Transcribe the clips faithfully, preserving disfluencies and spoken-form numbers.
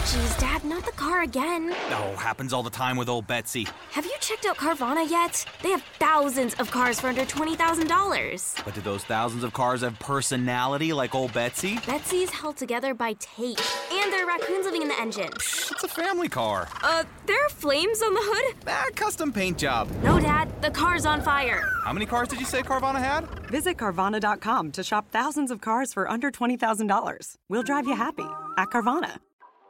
Geez, Dad, not the car again. Oh, happens all the time with old Betsy. Have you checked out Carvana yet? They have thousands of cars for under twenty thousand dollars. But do those thousands of cars have personality like old Betsy? Betsy's held together by tape. And there are raccoons living in the engine. Psh, it's a family car. Uh, there are flames on the hood? Ah, custom paint job. No, Dad, the car's on fire. How many cars did you say Carvana had? Visit Carvana dot com to shop thousands of cars for under twenty thousand dollars. We'll drive you happy at Carvana.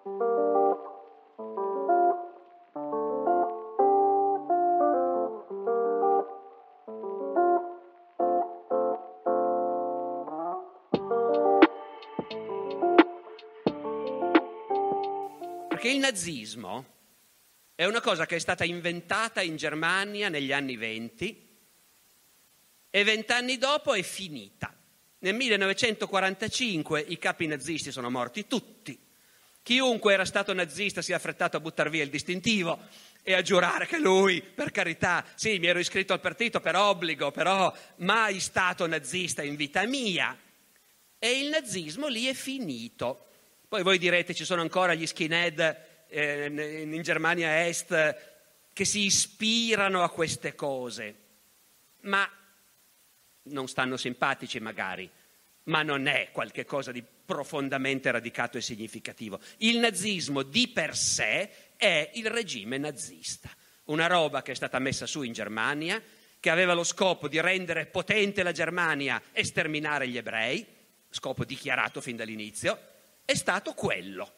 Perché il nazismo è una cosa che è stata inventata in Germania negli anni venti e vent'anni dopo è finita. Nel millenovecentoquarantacinque i capi nazisti sono morti tutti. Chiunque era stato nazista si è affrettato a buttare via il distintivo e a giurare che lui, per carità, sì, mi ero iscritto al partito per obbligo, però mai stato nazista in vita mia. E il nazismo lì è finito. Poi voi direte, ci sono ancora gli skinhead eh, in Germania Est che si ispirano a queste cose, ma non stanno simpatici magari, ma non è qualche cosa di profondamente radicato e significativo. Il nazismo di per sé è il regime nazista, una roba che è stata messa su in Germania, che aveva lo scopo di rendere potente la Germania e sterminare gli ebrei, scopo dichiarato fin dall'inizio. È stato quello.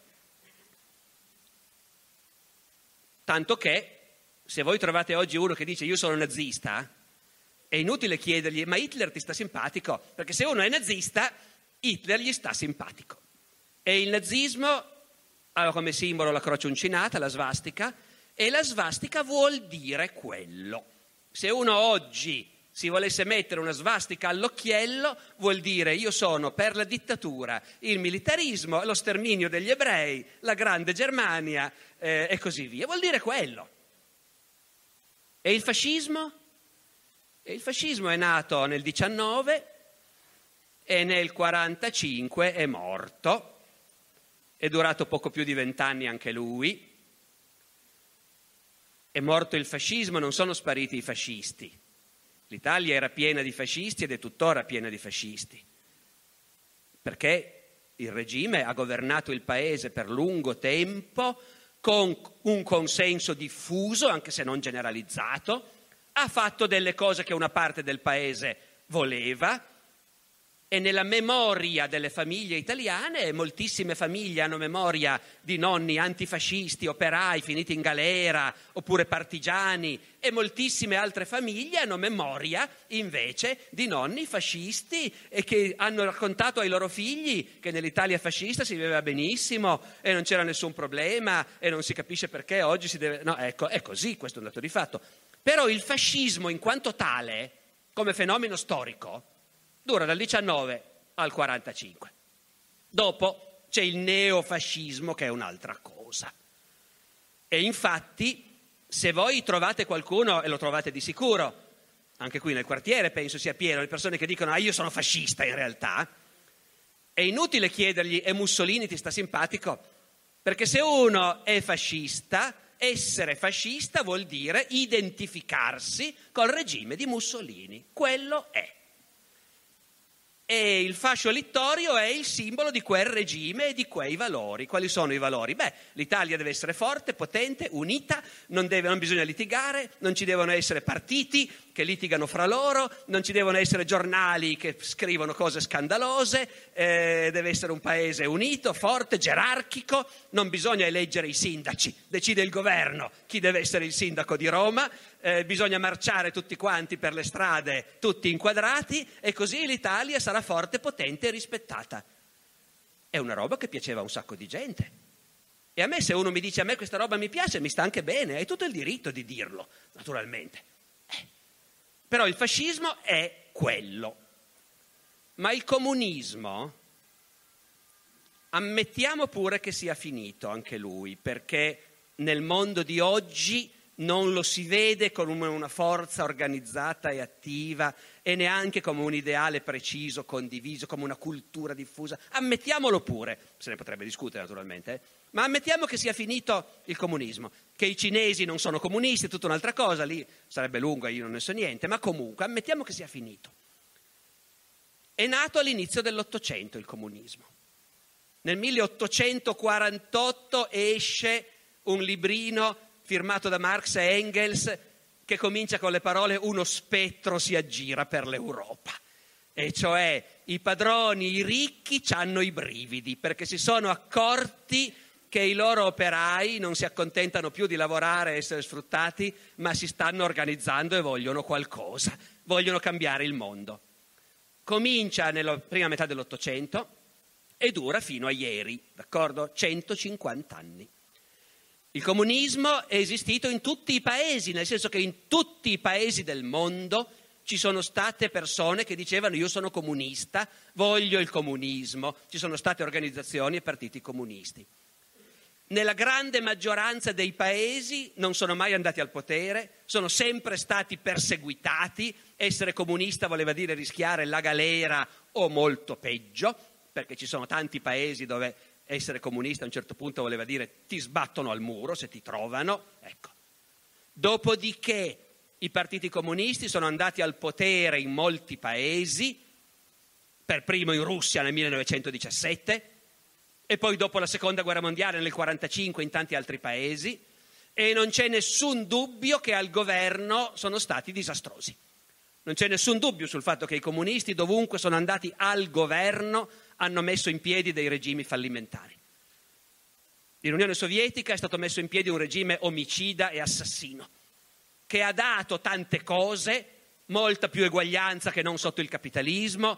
Tanto che, se voi trovate oggi uno che dice io sono nazista, è inutile chiedergli ma Hitler ti sta simpatico? Perché se uno è nazista, Hitler gli sta simpatico. E il nazismo ha come simbolo la croce uncinata, la svastica, e la svastica vuol dire quello. Se uno oggi si volesse mettere una svastica all'occhiello, vuol dire io sono per la dittatura, il militarismo, lo sterminio degli ebrei, la grande Germania eh, e così via. Vuol dire quello. E il fascismo? E il fascismo è nato nel diciannove e nel quarantacinque è morto. È durato poco più di vent'anni anche lui. È morto il fascismo, non sono spariti i fascisti. L'Italia era piena di fascisti ed è tuttora piena di fascisti, perché il regime ha governato il paese per lungo tempo con un consenso diffuso, anche se non generalizzato, ha fatto delle cose che una parte del paese voleva e nella memoria delle famiglie italiane, moltissime famiglie hanno memoria di nonni antifascisti, operai finiti in galera oppure partigiani e moltissime altre famiglie hanno memoria invece di nonni fascisti e che hanno raccontato ai loro figli che nell'Italia fascista si viveva benissimo e non c'era nessun problema e non si capisce perché oggi si deve... No, ecco, è così, questo è un dato di fatto. Però il fascismo in quanto tale, come fenomeno storico, dura dal diciannove al quarantacinque. Dopo c'è il neofascismo che è un'altra cosa. E infatti, se voi trovate qualcuno, e lo trovate di sicuro, anche qui nel quartiere penso sia pieno di persone che dicono ah io sono fascista in realtà, è inutile chiedergli e Mussolini ti sta simpatico? Perché se uno è fascista, essere fascista vuol dire identificarsi col regime di Mussolini. Quello è. E il fascio littorio è il simbolo di quel regime e di quei valori. Quali sono i valori? Beh, l'Italia deve essere forte, potente, unita, non, deve, non bisogna litigare, non ci devono essere partiti che litigano fra loro, non ci devono essere giornali che scrivono cose scandalose, eh, deve essere un paese unito, forte, gerarchico, non bisogna eleggere i sindaci, decide il governo chi deve essere il sindaco di Roma, eh, bisogna marciare tutti quanti per le strade, tutti inquadrati, e così l'Italia sarà forte, potente e rispettata. È una roba che piaceva a un sacco di gente. E a me, se uno mi dice a me questa roba mi piace, mi sta anche bene, hai tutto il diritto di dirlo, naturalmente. Eh. Però il fascismo è quello. Ma il comunismo, ammettiamo pure che sia finito anche lui, perché nel mondo di oggi non lo si vede come una forza organizzata e attiva e neanche come un ideale preciso, condiviso, come una cultura diffusa. Ammettiamolo pure, se ne potrebbe discutere naturalmente, eh? Ma ammettiamo che sia finito il comunismo, che i cinesi non sono comunisti, è tutta un'altra cosa, lì sarebbe lungo e io non ne so niente, ma comunque ammettiamo che sia finito. È nato all'inizio dell'Ottocento il comunismo. Nel milleottocentoquarantotto esce un librino firmato da Marx e Engels che comincia con le parole «uno spettro si aggira per l'Europa». E cioè i padroni, i ricchi, c'hanno i brividi perché si sono accorti che i loro operai non si accontentano più di lavorare e essere sfruttati, ma si stanno organizzando e vogliono qualcosa, vogliono cambiare il mondo. Comincia nella prima metà dell'Ottocento e dura fino a ieri, d'accordo? centocinquanta anni. Il comunismo è esistito in tutti i paesi, nel senso che in tutti i paesi del mondo ci sono state persone che dicevano io sono comunista, voglio il comunismo, ci sono state organizzazioni e partiti comunisti. Nella grande maggioranza dei paesi non sono mai andati al potere, sono sempre stati perseguitati, essere comunista voleva dire rischiare la galera o molto peggio, perché ci sono tanti paesi dove essere comunista a un certo punto voleva dire ti sbattono al muro se ti trovano, ecco. Dopodiché i partiti comunisti sono andati al potere in molti paesi, per primo in Russia nel millenovecentodiciassette e poi dopo la seconda guerra mondiale nel quarantacinque in tanti altri paesi, e non c'è nessun dubbio che al governo sono stati disastrosi. Non c'è nessun dubbio sul fatto che i comunisti dovunque sono andati al governo hanno messo in piedi dei regimi fallimentari. In Unione Sovietica è stato messo in piedi un regime omicida e assassino, che ha dato tante cose, molta più eguaglianza che non sotto il capitalismo,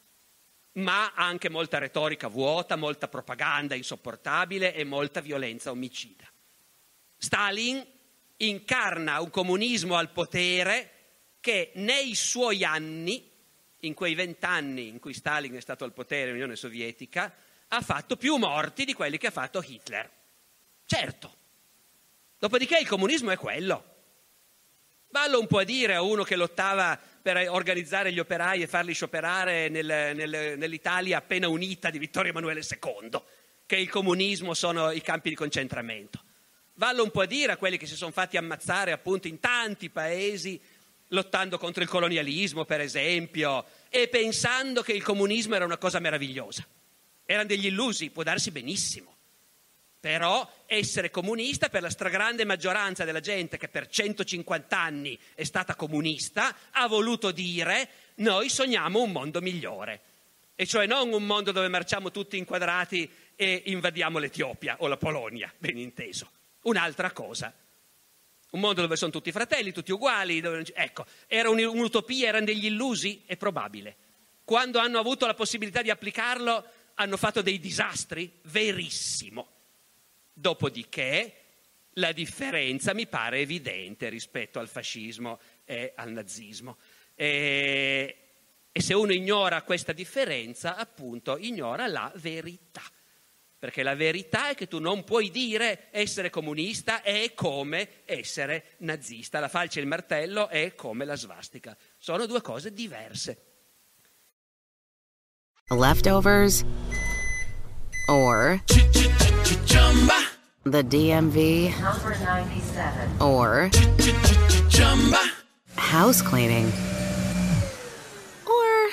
ma anche molta retorica vuota, molta propaganda insopportabile e molta violenza omicida. Stalin incarna un comunismo al potere che nei suoi anni, in quei vent'anni in cui Stalin è stato al potere in Unione Sovietica, ha fatto più morti di quelli che ha fatto Hitler. Certo. Dopodiché il comunismo è quello. Vallo un po' a dire a uno che lottava per organizzare gli operai e farli scioperare nel, nel, nell'Italia appena unita di Vittorio Emanuele secondo, che il comunismo sono i campi di concentramento. Vallo un po' a dire a quelli che si sono fatti ammazzare appunto in tanti paesi lottando contro il colonialismo, per esempio, e pensando che il comunismo era una cosa meravigliosa. Erano degli illusi, può darsi benissimo. Però essere comunista per la stragrande maggioranza della gente che per centocinquanta anni è stata comunista ha voluto dire noi sogniamo un mondo migliore. E cioè non un mondo dove marciamo tutti inquadrati e invadiamo l'Etiopia o la Polonia, ben inteso. Un'altra cosa. Un mondo dove sono tutti fratelli, tutti uguali. Dove... Ecco, era un'utopia, erano degli illusi? È probabile. Quando hanno avuto la possibilità di applicarlo hanno fatto dei disastri? Verissimo. Dopodiché la differenza mi pare evidente rispetto al fascismo e al nazismo. E, e se uno ignora questa differenza, appunto, ignora la verità. Perché la verità è che tu non puoi dire essere comunista è come essere nazista. La falce e il martello è come la svastica. Sono due cose diverse. Leftovers or the D M V or house cleaning or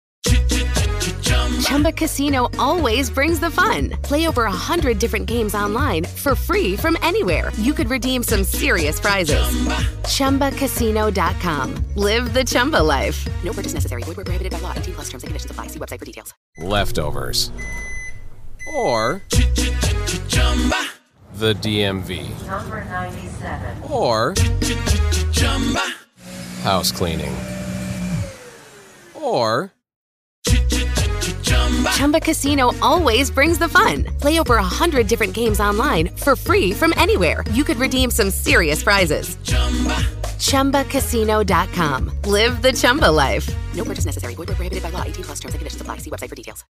Chumba Casino always brings the fun. Play over a hundred different games online for free from anywhere. You could redeem some serious prizes. Chumba Casino dot com. Live the Chumba life. No purchase necessary. Void where prohibited by law. eighteen plus terms and conditions apply. See website for details. Leftovers or the D M V number ninety-seven or house cleaning or Chumba Casino always brings the fun. Play over a hundred different games online for free from anywhere. You could redeem some serious prizes. Chumba Casino dot com. Live the Chumba life. No purchase necessary. Void where prohibited by law. eighteen plus terms and conditions apply. See website for details.